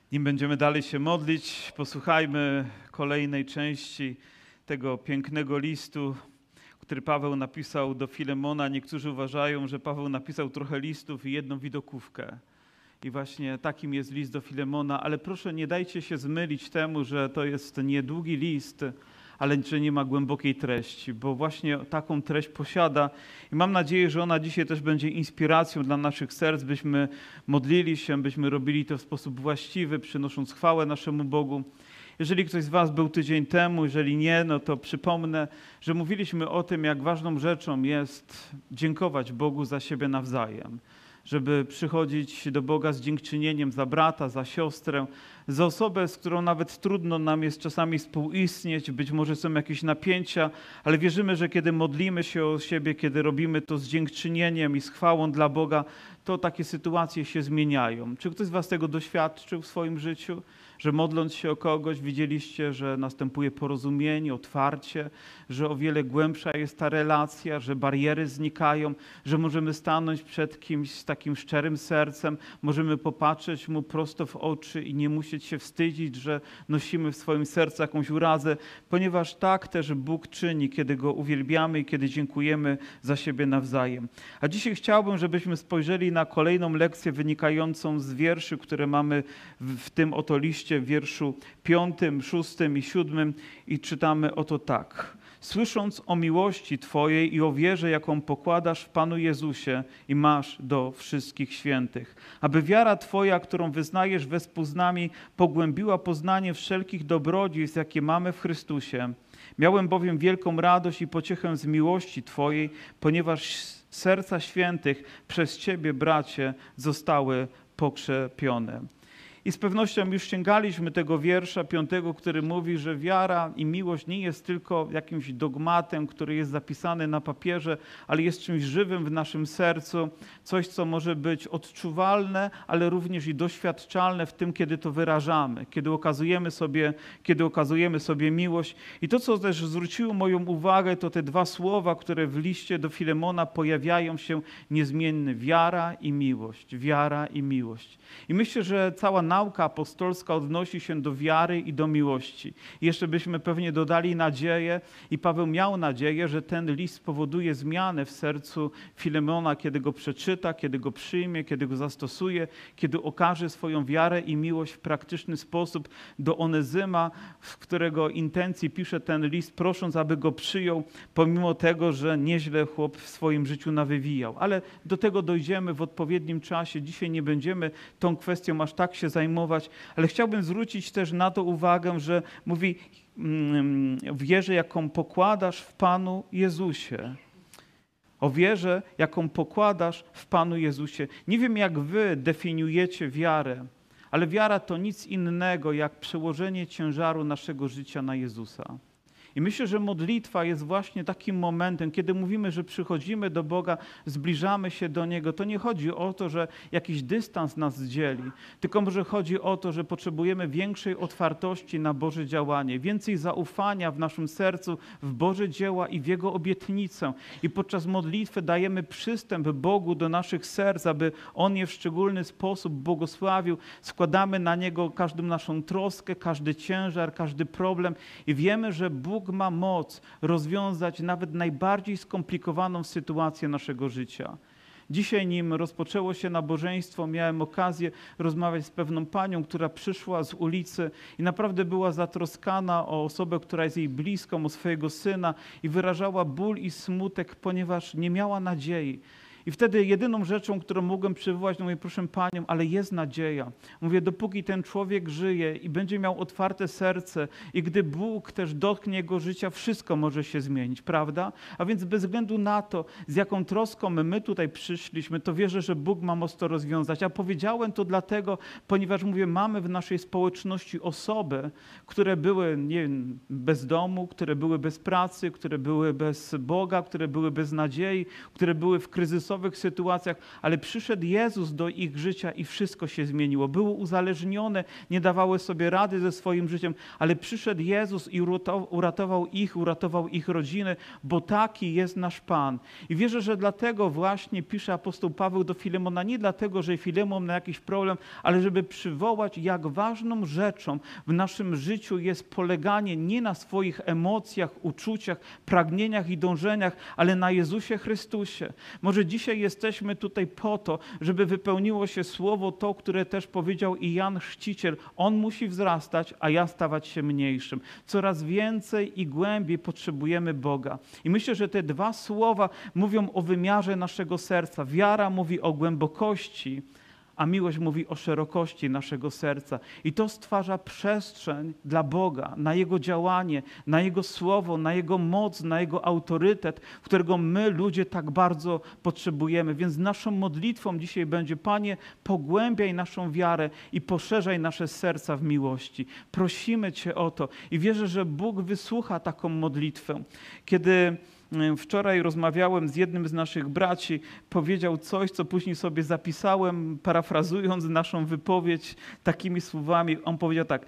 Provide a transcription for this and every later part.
Nim będziemy dalej się modlić, posłuchajmy kolejnej części tego pięknego listu, który Paweł napisał do Filemona. Niektórzy uważają, że Paweł napisał trochę listów i jedną widokówkę. I właśnie takim jest list do Filemona, ale proszę nie dajcie się zmylić temu, że to jest niedługi list, ale że nie ma głębokiej treści, bo właśnie taką treść posiada i mam nadzieję, że ona dzisiaj też będzie inspiracją dla naszych serc, byśmy modlili się, byśmy robili to w sposób właściwy, przynosząc chwałę naszemu Bogu. Jeżeli ktoś z was był tydzień temu, jeżeli nie, no to przypomnę, że mówiliśmy o tym, jak ważną rzeczą jest dziękować Bogu za siebie nawzajem, żeby przychodzić do Boga z dziękczynieniem za brata, za siostrę, za osobę, z którą nawet trudno nam jest czasami współistnieć, być może są jakieś napięcia, ale wierzymy, że kiedy modlimy się o siebie, kiedy robimy to z dziękczynieniem i z chwałą dla Boga, to takie sytuacje się zmieniają. Czy ktoś z was tego doświadczył w swoim życiu? Że modląc się o kogoś widzieliście, że następuje porozumienie, otwarcie, że o wiele głębsza jest ta relacja, że bariery znikają, że możemy stanąć przed kimś z takim szczerym sercem, możemy popatrzeć mu prosto w oczy i nie musieć się wstydzić, że nosimy w swoim sercu jakąś urazę, ponieważ tak też Bóg czyni, kiedy Go uwielbiamy i kiedy dziękujemy za siebie nawzajem. A dzisiaj chciałbym, żebyśmy spojrzeli na kolejną lekcję wynikającą z wierszy, które mamy w tym oto liście, w wierszu 5, 6 i 7 i czytamy oto tak. Słysząc o miłości Twojej i o wierze, jaką pokładasz w Panu Jezusie i masz do wszystkich świętych, aby wiara Twoja, którą wyznajesz wespół z nami, pogłębiła poznanie wszelkich dobrodziejstw, jakie mamy w Chrystusie. Miałem bowiem wielką radość i pociechę z miłości Twojej, ponieważ serca świętych przez Ciebie, bracie, zostały pokrzepione. I z pewnością już sięgaliśmy tego wiersza 5, który mówi, że wiara i miłość nie jest tylko jakimś dogmatem, który jest zapisany na papierze, ale jest czymś żywym w naszym sercu, coś, co może być odczuwalne, ale również i doświadczalne w tym, kiedy to wyrażamy, kiedy okazujemy sobie miłość. I to, co też zwróciło moją uwagę, to te dwa słowa, które w liście do Filemona pojawiają się niezmiennie: wiara i miłość, wiara i miłość. I myślę, że cała nauka apostolska odnosi się do wiary i do miłości. I jeszcze byśmy pewnie dodali nadzieję i Paweł miał nadzieję, że ten list spowoduje zmianę w sercu Filemona, kiedy go przeczyta, kiedy go przyjmie, kiedy go zastosuje, kiedy okaże swoją wiarę i miłość w praktyczny sposób do Onezyma, w którego intencji pisze ten list, prosząc, aby go przyjął, pomimo tego, że nieźle chłop w swoim życiu nawywijał. Ale do tego dojdziemy w odpowiednim czasie. Dzisiaj nie będziemy tą kwestią aż tak się zajmować, ale chciałbym zwrócić też na to uwagę, że mówi w wierze, jaką pokładasz w Panu Jezusie. O wierze, jaką pokładasz w Panu Jezusie. Nie wiem, jak wy definiujecie wiarę, ale wiara to nic innego, jak przełożenie ciężaru naszego życia na Jezusa. I myślę, że modlitwa jest właśnie takim momentem, kiedy mówimy, że przychodzimy do Boga, zbliżamy się do Niego. To nie chodzi o to, że jakiś dystans nas dzieli, tylko może chodzi o to, że potrzebujemy większej otwartości na Boże działanie, więcej zaufania w naszym sercu w Boże dzieła i w Jego obietnicę. I podczas modlitwy dajemy przystęp Bogu do naszych serc, aby On je w szczególny sposób błogosławił. Składamy na Niego każdą naszą troskę, każdy ciężar, każdy problem i wiemy, że Bóg ma moc rozwiązać nawet najbardziej skomplikowaną sytuację naszego życia. Dzisiaj, nim rozpoczęło się nabożeństwo, miałem okazję rozmawiać z pewną panią, która przyszła z ulicy i naprawdę była zatroskana o osobę, która jest jej bliską, o swojego syna i wyrażała ból i smutek, ponieważ nie miała nadziei. I wtedy jedyną rzeczą, którą mogłem przywołać, no mówię, proszę panią, ale jest nadzieja. Mówię, dopóki ten człowiek żyje i będzie miał otwarte serce i gdy Bóg też dotknie jego życia, wszystko może się zmienić, prawda? A więc bez względu na to, z jaką troską my tutaj przyszliśmy, to wierzę, że Bóg ma moc to rozwiązać. A powiedziałem to dlatego, ponieważ mówię, mamy w naszej społeczności osoby, które były bez domu, które były bez pracy, które były bez Boga, które były bez nadziei, które były w kryzysowej kryzysowych sytuacjach, ale przyszedł Jezus do ich życia i wszystko się zmieniło. Były uzależnione, nie dawały sobie rady ze swoim życiem, ale przyszedł Jezus i uratował ich rodziny, bo taki jest nasz Pan. I wierzę, że dlatego właśnie pisze apostoł Paweł do Filemona, nie dlatego, że Filemon ma jakiś problem, ale żeby przywołać, jak ważną rzeczą w naszym życiu jest poleganie nie na swoich emocjach, uczuciach, pragnieniach i dążeniach, ale na Jezusie Chrystusie. Może dzisiaj jesteśmy tutaj po to, żeby wypełniło się słowo to, które też powiedział i Jan Chrzciciel. On musi wzrastać, a ja stawać się mniejszym. Coraz więcej i głębiej potrzebujemy Boga. I myślę, że te dwa słowa mówią o wymiarze naszego serca. Wiara mówi o głębokości, a miłość mówi o szerokości naszego serca. I to stwarza przestrzeń dla Boga, na Jego działanie, na Jego słowo, na Jego moc, na Jego autorytet, którego my, ludzie, tak bardzo potrzebujemy. Więc naszą modlitwą dzisiaj będzie: Panie, pogłębiaj naszą wiarę i poszerzaj nasze serca w miłości. Prosimy Cię o to i wierzę, że Bóg wysłucha taką modlitwę. Kiedy wczoraj rozmawiałem z jednym z naszych braci, powiedział coś, co później sobie zapisałem, parafrazując naszą wypowiedź takimi słowami. On powiedział tak: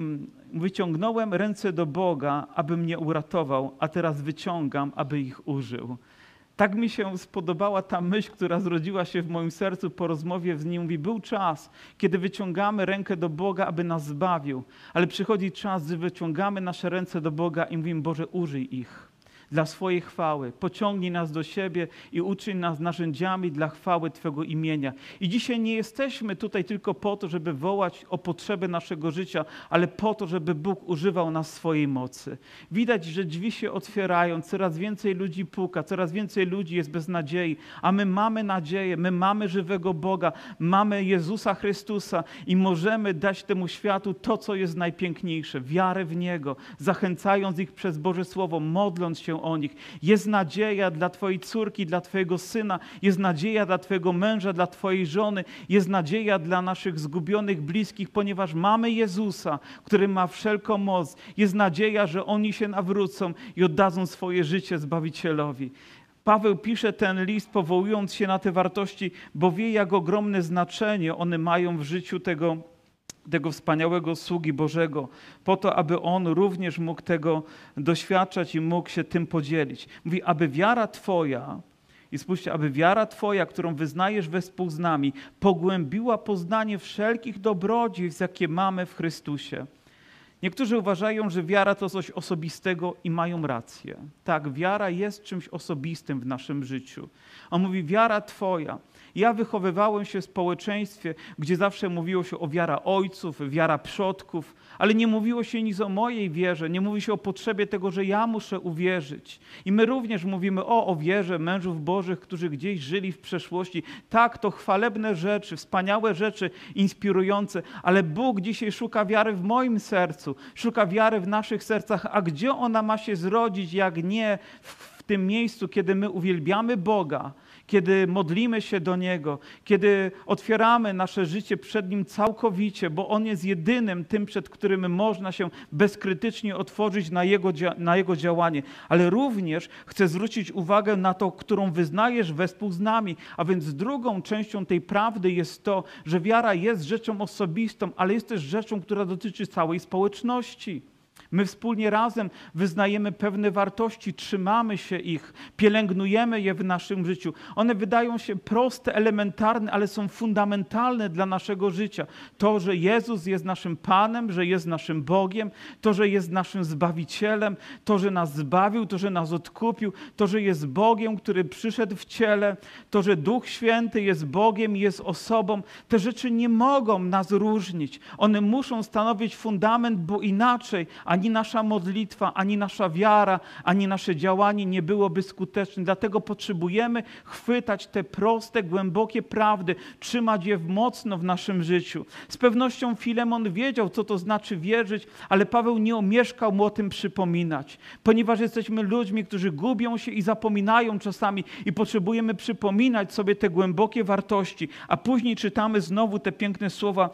wyciągnąłem ręce do Boga, aby mnie uratował, a teraz wyciągam, aby ich użył. Tak mi się spodobała ta myśl, która zrodziła się w moim sercu po rozmowie z nim. Mówi, był czas, kiedy wyciągamy rękę do Boga, aby nas zbawił, ale przychodzi czas, gdy wyciągamy nasze ręce do Boga i mówimy: Boże, użyj ich dla swojej chwały. Pociągnij nas do siebie i uczyń nas narzędziami dla chwały Twego imienia. I dzisiaj nie jesteśmy tutaj tylko po to, żeby wołać o potrzeby naszego życia, ale po to, żeby Bóg używał nas swojej mocy. Widać, że drzwi się otwierają, coraz więcej ludzi puka, coraz więcej ludzi jest bez nadziei, a my mamy nadzieję, my mamy żywego Boga, mamy Jezusa Chrystusa i możemy dać temu światu to, co jest najpiękniejsze, wiarę w Niego, zachęcając ich przez Boże Słowo, modląc się o nich. Jest nadzieja dla Twojej córki, dla Twojego syna, jest nadzieja dla Twojego męża, dla Twojej żony, jest nadzieja dla naszych zgubionych bliskich, ponieważ mamy Jezusa, który ma wszelką moc. Jest nadzieja, że oni się nawrócą i oddadzą swoje życie Zbawicielowi. Paweł pisze ten list, powołując się na te wartości, bo wie, jak ogromne znaczenie one mają w życiu tego wspaniałego sługi Bożego, po to, aby on również mógł tego doświadczać i mógł się tym podzielić. Mówi, aby wiara Twoja, i spójrzcie, aby wiara Twoja, którą wyznajesz wespół z nami, pogłębiła poznanie wszelkich dobrodziejstw, jakie mamy w Chrystusie. Niektórzy uważają, że wiara to coś osobistego i mają rację. Tak, wiara jest czymś osobistym w naszym życiu. On mówi, wiara Twoja. Ja wychowywałem się w społeczeństwie, gdzie zawsze mówiło się o wiara ojców, wiara przodków, ale nie mówiło się nic o mojej wierze, nie mówi się o potrzebie tego, że ja muszę uwierzyć. I my również mówimy o wierze mężów Bożych, którzy gdzieś żyli w przeszłości. Tak, to chwalebne rzeczy, wspaniałe rzeczy, inspirujące, ale Bóg dzisiaj szuka wiary w moim sercu, szuka wiary w naszych sercach, a gdzie ona ma się zrodzić, jak nie w tym miejscu, kiedy my uwielbiamy Boga, kiedy modlimy się do Niego, kiedy otwieramy nasze życie przed Nim całkowicie, bo On jest jedynym tym, przed którym można się bezkrytycznie otworzyć na Jego działanie. Ale również chcę zwrócić uwagę na to, którą wyznajesz wespół z nami. A więc drugą częścią tej prawdy jest to, że wiara jest rzeczą osobistą, ale jest też rzeczą, która dotyczy całej społeczności. My wspólnie razem wyznajemy pewne wartości, trzymamy się ich, pielęgnujemy je w naszym życiu. One wydają się proste, elementarne, ale są fundamentalne dla naszego życia. To, że Jezus jest naszym Panem, że jest naszym Bogiem, to, że jest naszym Zbawicielem, to, że nas zbawił, to, że nas odkupił, to, że jest Bogiem, który przyszedł w ciele, to, że Duch Święty jest Bogiem, jest osobą. Te rzeczy nie mogą nas różnić. One muszą stanowić fundament, bo inaczej ani nasza modlitwa, ani nasza wiara, ani nasze działanie nie byłoby skuteczne. Dlatego potrzebujemy chwytać te proste, głębokie prawdy, trzymać je mocno w naszym życiu. Z pewnością Filemon wiedział, co to znaczy wierzyć, ale Paweł nie omieszkał mu o tym przypominać. Ponieważ jesteśmy ludźmi, którzy gubią się i zapominają czasami i potrzebujemy przypominać sobie te głębokie wartości, a później czytamy znowu te piękne słowa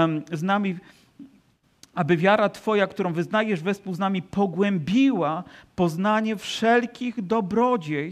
z nami, aby wiara Twoja, którą wyznajesz wespół z nami, pogłębiła poznanie wszelkich dobrodziejstw,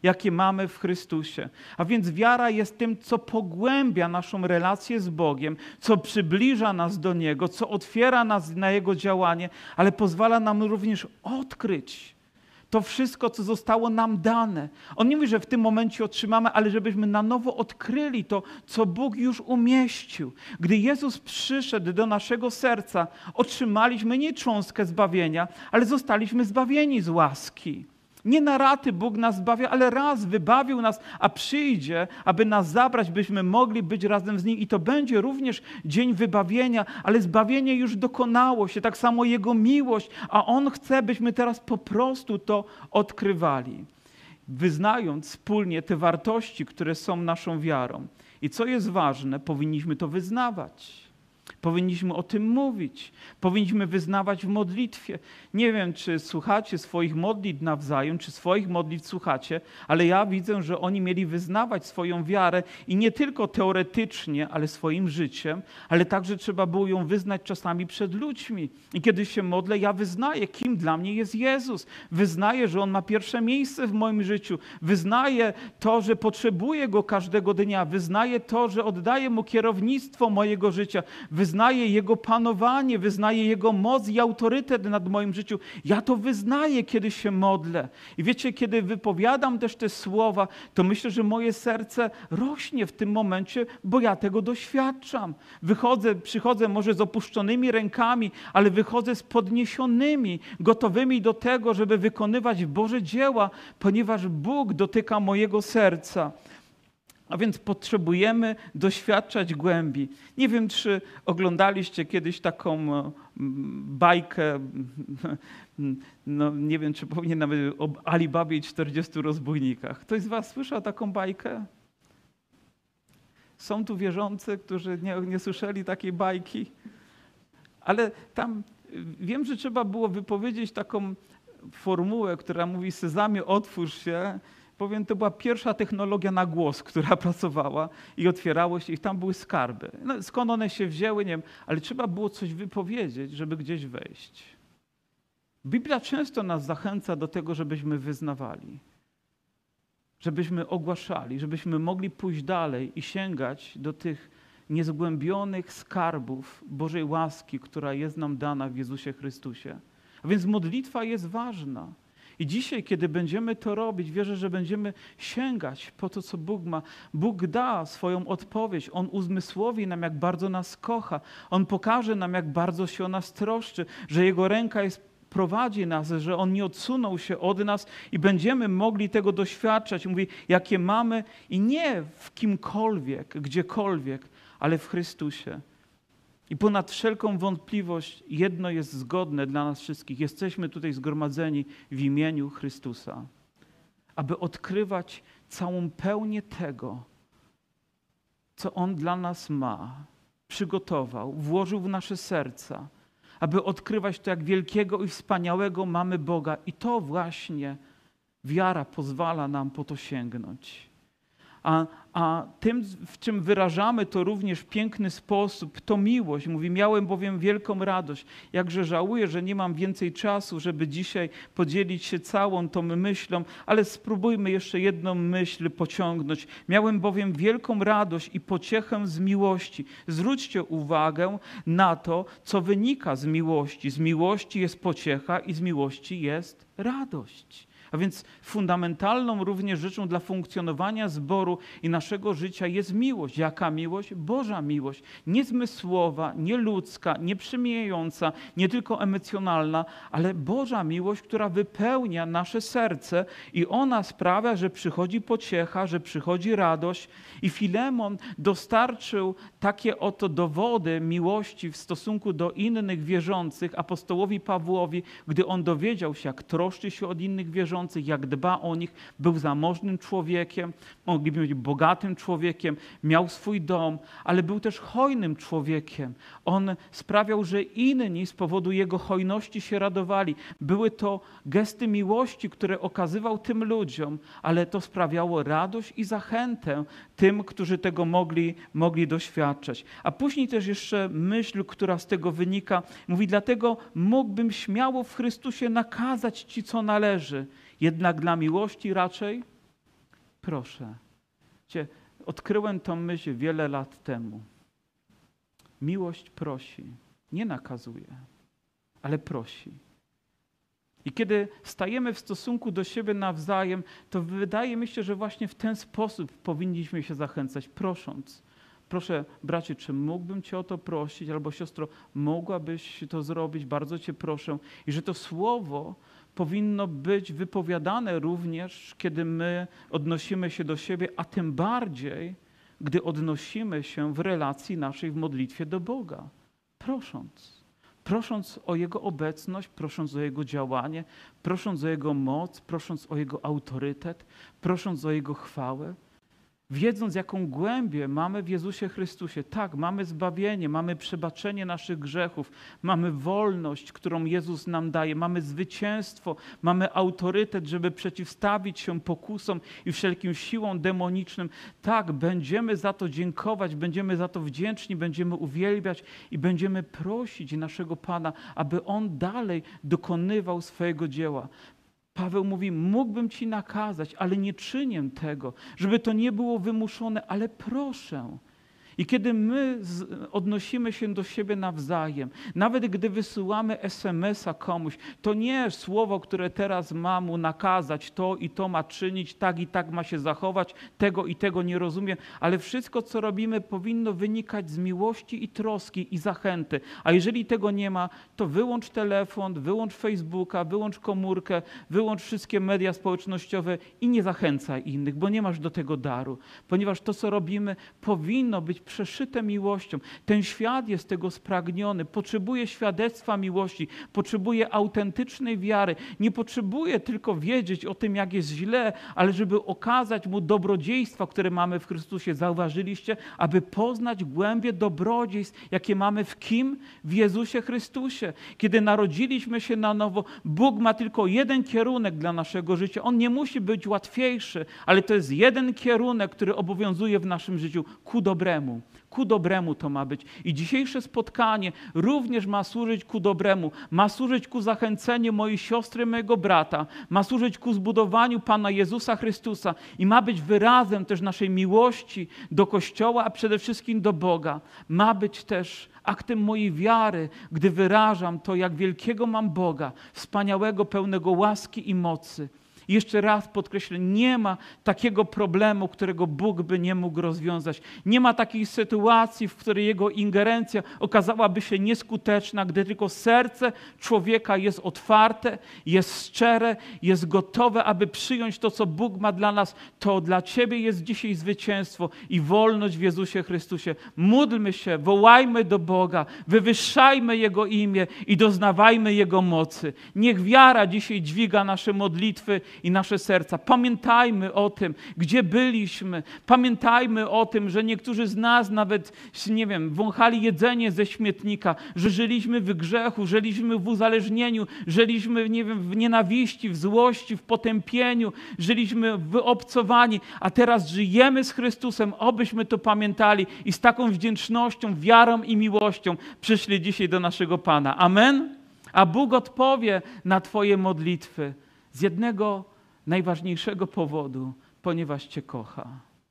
jakie mamy w Chrystusie. A więc wiara jest tym, co pogłębia naszą relację z Bogiem, co przybliża nas do Niego, co otwiera nas na Jego działanie, ale pozwala nam również odkryć to wszystko, co zostało nam dane. On nie mówi, że w tym momencie otrzymamy, ale żebyśmy na nowo odkryli to, co Bóg już umieścił. Gdy Jezus przyszedł do naszego serca, otrzymaliśmy nie cząstkę zbawienia, ale zostaliśmy zbawieni z łaski. Nie na raty Bóg nas zbawia, ale raz wybawił nas, a przyjdzie, aby nas zabrać, byśmy mogli być razem z Nim. I to będzie również dzień wybawienia, ale zbawienie już dokonało się, tak samo Jego miłość, a On chce, byśmy teraz po prostu to odkrywali, wyznając wspólnie te wartości, które są naszą wiarą. I co jest ważne, powinniśmy to wyznawać. Powinniśmy o tym mówić. Powinniśmy wyznawać w modlitwie. Nie wiem, czy słuchacie swoich modlitw nawzajem, czy swoich modlitw słuchacie, ale ja widzę, że oni mieli wyznawać swoją wiarę i nie tylko teoretycznie, ale swoim życiem, ale także trzeba było ją wyznać czasami przed ludźmi. I kiedy się modlę, ja wyznaję, kim dla mnie jest Jezus. Wyznaję, że On ma pierwsze miejsce w moim życiu. Wyznaję to, że potrzebuję Go każdego dnia. Wyznaję to, że oddaję Mu kierownictwo mojego życia. Wyznaję Jego panowanie, wyznaję Jego moc i autorytet nad moim życiu. Ja to wyznaję, kiedy się modlę. I wiecie, kiedy wypowiadam też te słowa, to myślę, że moje serce rośnie w tym momencie, bo ja tego doświadczam. Przychodzę może z opuszczonymi rękami, ale wychodzę z podniesionymi, gotowymi do tego, żeby wykonywać Boże dzieła, ponieważ Bóg dotyka mojego serca. A więc potrzebujemy doświadczać głębi. Nie wiem, czy oglądaliście kiedyś taką bajkę, no nie wiem, czy powinien nawet o Alibabie i 40 rozbójnikach. Ktoś z was słyszał taką bajkę? Są tu wierzący, którzy nie słyszeli takiej bajki? Ale tam wiem, że trzeba było wypowiedzieć taką formułę, która mówi: Sezamie, otwórz się. Powiem, to była pierwsza technologia na głos, która pracowała i otwierało się i tam były skarby. No, skąd one się wzięły, nie wiem, ale trzeba było coś wypowiedzieć, żeby gdzieś wejść. Biblia często nas zachęca do tego, żebyśmy wyznawali, żebyśmy ogłaszali, żebyśmy mogli pójść dalej i sięgać do tych niezgłębionych skarbów Bożej łaski, która jest nam dana w Jezusie Chrystusie. A więc modlitwa jest ważna. I dzisiaj, kiedy będziemy to robić, wierzę, że będziemy sięgać po to, co Bóg ma. Bóg da swoją odpowiedź. On uzmysłowi nam, jak bardzo nas kocha. On pokaże nam, jak bardzo się o nas troszczy, że Jego ręka prowadzi nas, że On nie odsunął się od nas i będziemy mogli tego doświadczać. Mówi, jakie mamy i nie w kimkolwiek, gdziekolwiek, ale w Chrystusie. I ponad wszelką wątpliwość jedno jest zgodne dla nas wszystkich. Jesteśmy tutaj zgromadzeni w imieniu Chrystusa, aby odkrywać całą pełnię tego, co On dla nas ma, przygotował, włożył w nasze serca, aby odkrywać to, jak wielkiego i wspaniałego mamy Boga. I to właśnie wiara pozwala nam po to sięgnąć. A tym, w czym wyrażamy to również w piękny sposób, to miłość. Mówi, miałem bowiem wielką radość. Jakże żałuję, że nie mam więcej czasu, żeby dzisiaj podzielić się całą tą myślą, ale spróbujmy jeszcze jedną myśl pociągnąć. Miałem bowiem wielką radość i pociechę z miłości. Zwróćcie uwagę na to, co wynika z miłości. Z miłości jest pociecha i z miłości jest radość. A więc fundamentalną również rzeczą dla funkcjonowania zboru i naszego życia jest miłość. Jaka miłość? Boża miłość. Nie zmysłowa, nie ludzka, nie przemijająca, nie tylko emocjonalna, ale Boża miłość, która wypełnia nasze serce i ona sprawia, że przychodzi pociecha, że przychodzi radość. I Filemon dostarczył takie oto dowody miłości w stosunku do innych wierzących apostołowi Pawłowi, gdy on dowiedział się, jak troszczy się od innych wierzących, jak dba o nich, był zamożnym człowiekiem, mogliby być bogatym człowiekiem, miał swój dom, ale był też hojnym człowiekiem. On sprawiał, że inni z powodu jego hojności się radowali. Były to gesty miłości, które okazywał tym ludziom, ale to sprawiało radość i zachętę tym, którzy tego mogli doświadczać. A później też jeszcze myśl, która z tego wynika, mówi, dlatego mógłbym śmiało w Chrystusie nakazać ci, co należy. Jednak dla miłości raczej proszę Cię, odkryłem tą myśl wiele lat temu. Miłość prosi, nie nakazuje, ale prosi. I kiedy stajemy w stosunku do siebie nawzajem, to wydaje mi się, że właśnie w ten sposób powinniśmy się zachęcać, prosząc. Proszę, bracie, czy mógłbym Cię o to prosić, albo siostro, mogłabyś to zrobić, bardzo Cię proszę. I że to słowo powinno być wypowiadane również, kiedy my odnosimy się do siebie, a tym bardziej, gdy odnosimy się w relacji naszej w modlitwie do Boga. Prosząc o Jego obecność, prosząc o Jego działanie, prosząc o Jego moc, prosząc o Jego autorytet, prosząc o Jego chwałę. Wiedząc, jaką głębię mamy w Jezusie Chrystusie. Tak, mamy zbawienie, mamy przebaczenie naszych grzechów, mamy wolność, którą Jezus nam daje, mamy zwycięstwo, mamy autorytet, żeby przeciwstawić się pokusom i wszelkim siłom demonicznym. Tak, będziemy za to dziękować, będziemy za to wdzięczni, będziemy uwielbiać i będziemy prosić naszego Pana, aby On dalej dokonywał swojego dzieła. Paweł mówi, mógłbym Ci nakazać, ale nie czynię tego, żeby to nie było wymuszone, ale proszę. I kiedy my odnosimy się do siebie nawzajem, nawet gdy wysyłamy SMS-a komuś, to nie słowo, które teraz ma mu nakazać, to i to ma czynić, tak i tak ma się zachować, tego i tego nie rozumiem, ale wszystko, co robimy, powinno wynikać z miłości i troski i zachęty. A jeżeli tego nie ma, to wyłącz telefon, wyłącz Facebooka, wyłącz komórkę, wyłącz wszystkie media społecznościowe i nie zachęcaj innych, bo nie masz do tego daru, ponieważ to, co robimy, powinno być przeszyte miłością. Ten świat jest tego spragniony, potrzebuje świadectwa miłości, potrzebuje autentycznej wiary. Nie potrzebuje tylko wiedzieć o tym, jak jest źle, ale żeby okazać mu dobrodziejstwa, które mamy w Chrystusie. Zauważyliście? Aby poznać głębię dobrodziejstw, jakie mamy w kim? W Jezusie Chrystusie. Kiedy narodziliśmy się na nowo, Bóg ma tylko jeden kierunek dla naszego życia. On nie musi być łatwiejszy, ale to jest jeden kierunek, który obowiązuje w naszym życiu ku dobremu. Ku dobremu to ma być. I dzisiejsze spotkanie również ma służyć ku dobremu. Ma służyć ku zachęceniu mojej siostry, mojego brata. Ma służyć ku zbudowaniu Pana Jezusa Chrystusa. I ma być wyrazem też naszej miłości do Kościoła, a przede wszystkim do Boga. Ma być też aktem mojej wiary, gdy wyrażam to, jak wielkiego mam Boga, wspaniałego, pełnego łaski i mocy. I jeszcze raz podkreślę, nie ma takiego problemu, którego Bóg by nie mógł rozwiązać. Nie ma takiej sytuacji, w której Jego ingerencja okazałaby się nieskuteczna, gdy tylko serce człowieka jest otwarte, jest szczere, jest gotowe, aby przyjąć to, co Bóg ma dla nas. To dla Ciebie jest dzisiaj zwycięstwo i wolność w Jezusie Chrystusie. Módlmy się, wołajmy do Boga, wywyższajmy Jego imię i doznawajmy Jego mocy. Niech wiara dzisiaj dźwiga nasze modlitwy i nasze serca. Pamiętajmy o tym, gdzie byliśmy. Pamiętajmy o tym, że niektórzy z nas nawet, nie wiem, wąchali jedzenie ze śmietnika, że żyliśmy w grzechu, żyliśmy w uzależnieniu, żyliśmy, nie wiem, w nienawiści, w złości, w potępieniu, żyliśmy wyobcowani, a teraz żyjemy z Chrystusem. Obyśmy to pamiętali i z taką wdzięcznością, wiarą i miłością przyszli dzisiaj do naszego Pana. Amen? A Bóg odpowie na Twoje modlitwy. Z jednego najważniejszego powodu, ponieważ Cię kocha.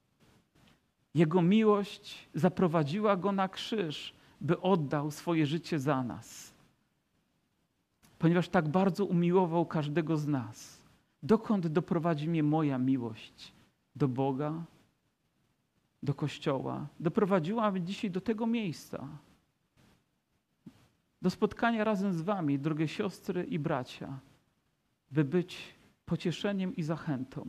Jego miłość zaprowadziła Go na krzyż, by oddał swoje życie za nas. Ponieważ tak bardzo umiłował każdego z nas. Dokąd doprowadzi mnie moja miłość? Do Boga? Do Kościoła? Doprowadziła mnie dzisiaj do tego miejsca. Do spotkania razem z Wami, drogie siostry i bracia. By być pocieszeniem i zachętą,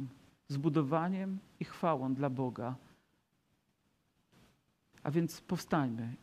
zbudowaniem i chwałą dla Boga. A więc powstańmy.